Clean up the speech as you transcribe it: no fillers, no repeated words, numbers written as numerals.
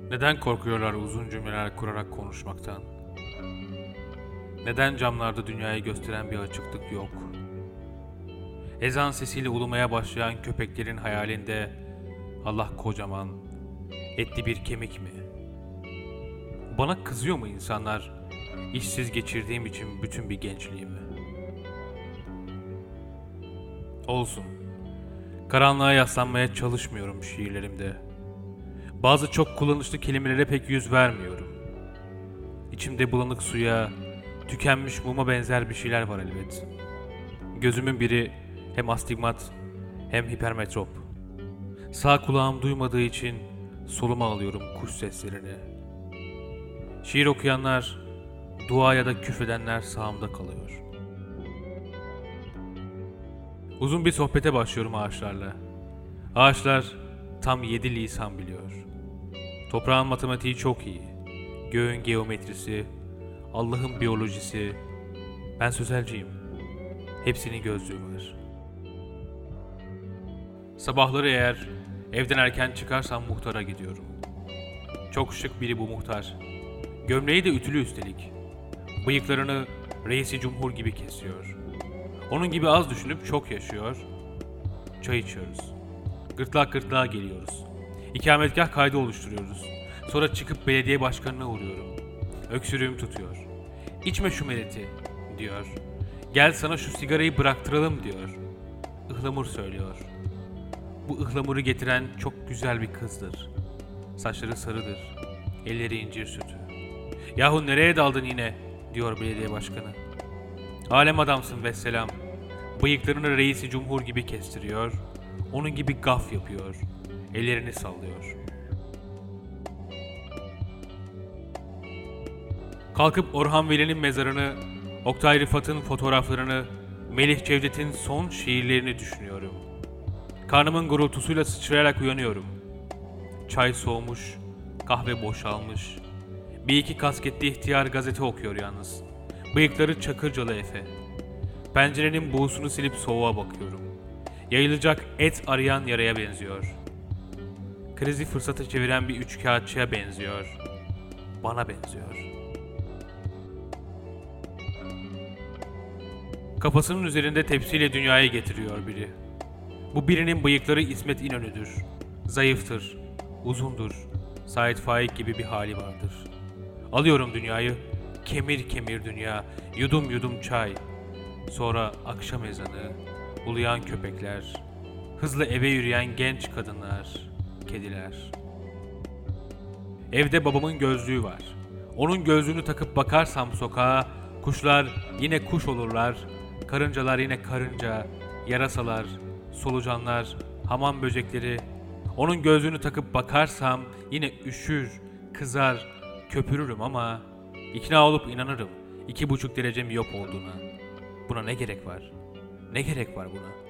Neden korkuyorlar uzun cümleler kurarak konuşmaktan? Neden camlarda dünyayı gösteren bir açıklık yok? Ezan sesiyle ulumaya başlayan köpeklerin hayalinde Allah kocaman, etli bir kemik mi? Bana kızıyor mu insanlar işsiz geçirdiğim için bütün bir gençliğimi? Olsun. Karanlığa yaslanmaya çalışmıyorum şiirlerimde. Bazı çok kullanışlı kelimelere pek yüz vermiyorum. İçimde bulanık suya, tükenmiş muma benzer bir şeyler var elbet. Gözümün biri hem astigmat hem hipermetrop. Sağ kulağım duymadığı için soluma alıyorum kuş seslerini. Şiir okuyanlar, dua ya da küfredenler sağımda kalıyor. Uzun bir sohbete başlıyorum ağaçlarla. Ağaçlar tam 7 lisan biliyor. Toprağın matematiği çok iyi. Göğün geometrisi, Allah'ın biyolojisi. Ben sözelciyim. Hepsinin gözlüğü var. Sabahları eğer evden erken çıkarsam muhtara gidiyorum. Çok şık biri bu muhtar. Gömleği de ütülü üstelik. Bıyıklarını reisi cumhur gibi kesiyor. Onun gibi az düşünüp çok yaşıyor. Çay içiyoruz. Gırtlak gırtlağa geliyoruz. İkametgah kaydı oluşturuyoruz. Sonra çıkıp belediye başkanına uğruyorum. Öksürüğüm tutuyor. İçme şu meleti diyor. Gel sana şu sigarayı bıraktıralım diyor. Ihlamur söylüyor. Bu ıhlamuru getiren çok güzel bir kızdır. Saçları sarıdır. Elleri incir sütü. Yahu nereye daldın yine diyor belediye başkanı. Alem adamsın vesselam. Bıyıklarını reisi cumhur gibi kestiriyor. Onun gibi gaf yapıyor. Ellerini sallıyor. Kalkıp Orhan Veli'nin mezarını, Oktay Rıfat'ın fotoğraflarını, Melih Cevdet'in son şiirlerini düşünüyorum. Karnımın gurultusuyla sıçrayarak uyanıyorum. Çay soğumuş, kahve boşalmış. Bir iki kasketli ihtiyar gazete okuyor yalnız. Bıyıkları Çakırcalı Efe. Pencerenin buğusunu silip soğuğa bakıyorum. Yayılacak et arayan yaraya benziyor. Krizi fırsata çeviren bir üçkağıtçıya benziyor. Bana benziyor. Kafasının üzerinde tepsiyle dünyaya getiriyor biri. Bu birinin bıyıkları İsmet İnönü'dür. Zayıftır, uzundur, Sait Faik gibi bir hali vardır. Alıyorum dünyayı, kemir kemir dünya, yudum yudum çay. Sonra akşam ezanı, uluyan köpekler, hızla eve yürüyen genç kadınlar, kediler. Evde babamın gözlüğü var. Onun gözlüğünü takıp bakarsam sokağa, kuşlar yine kuş olurlar, karıncalar yine karınca, yarasalar, solucanlar, hamam böcekleri. Onun gözlüğünü takıp bakarsam yine üşür, kızar, köpürürüm ama ikna olup inanırım 2,5 derece miyop olduğuna. Buna ne gerek var? Ne gerek var buna?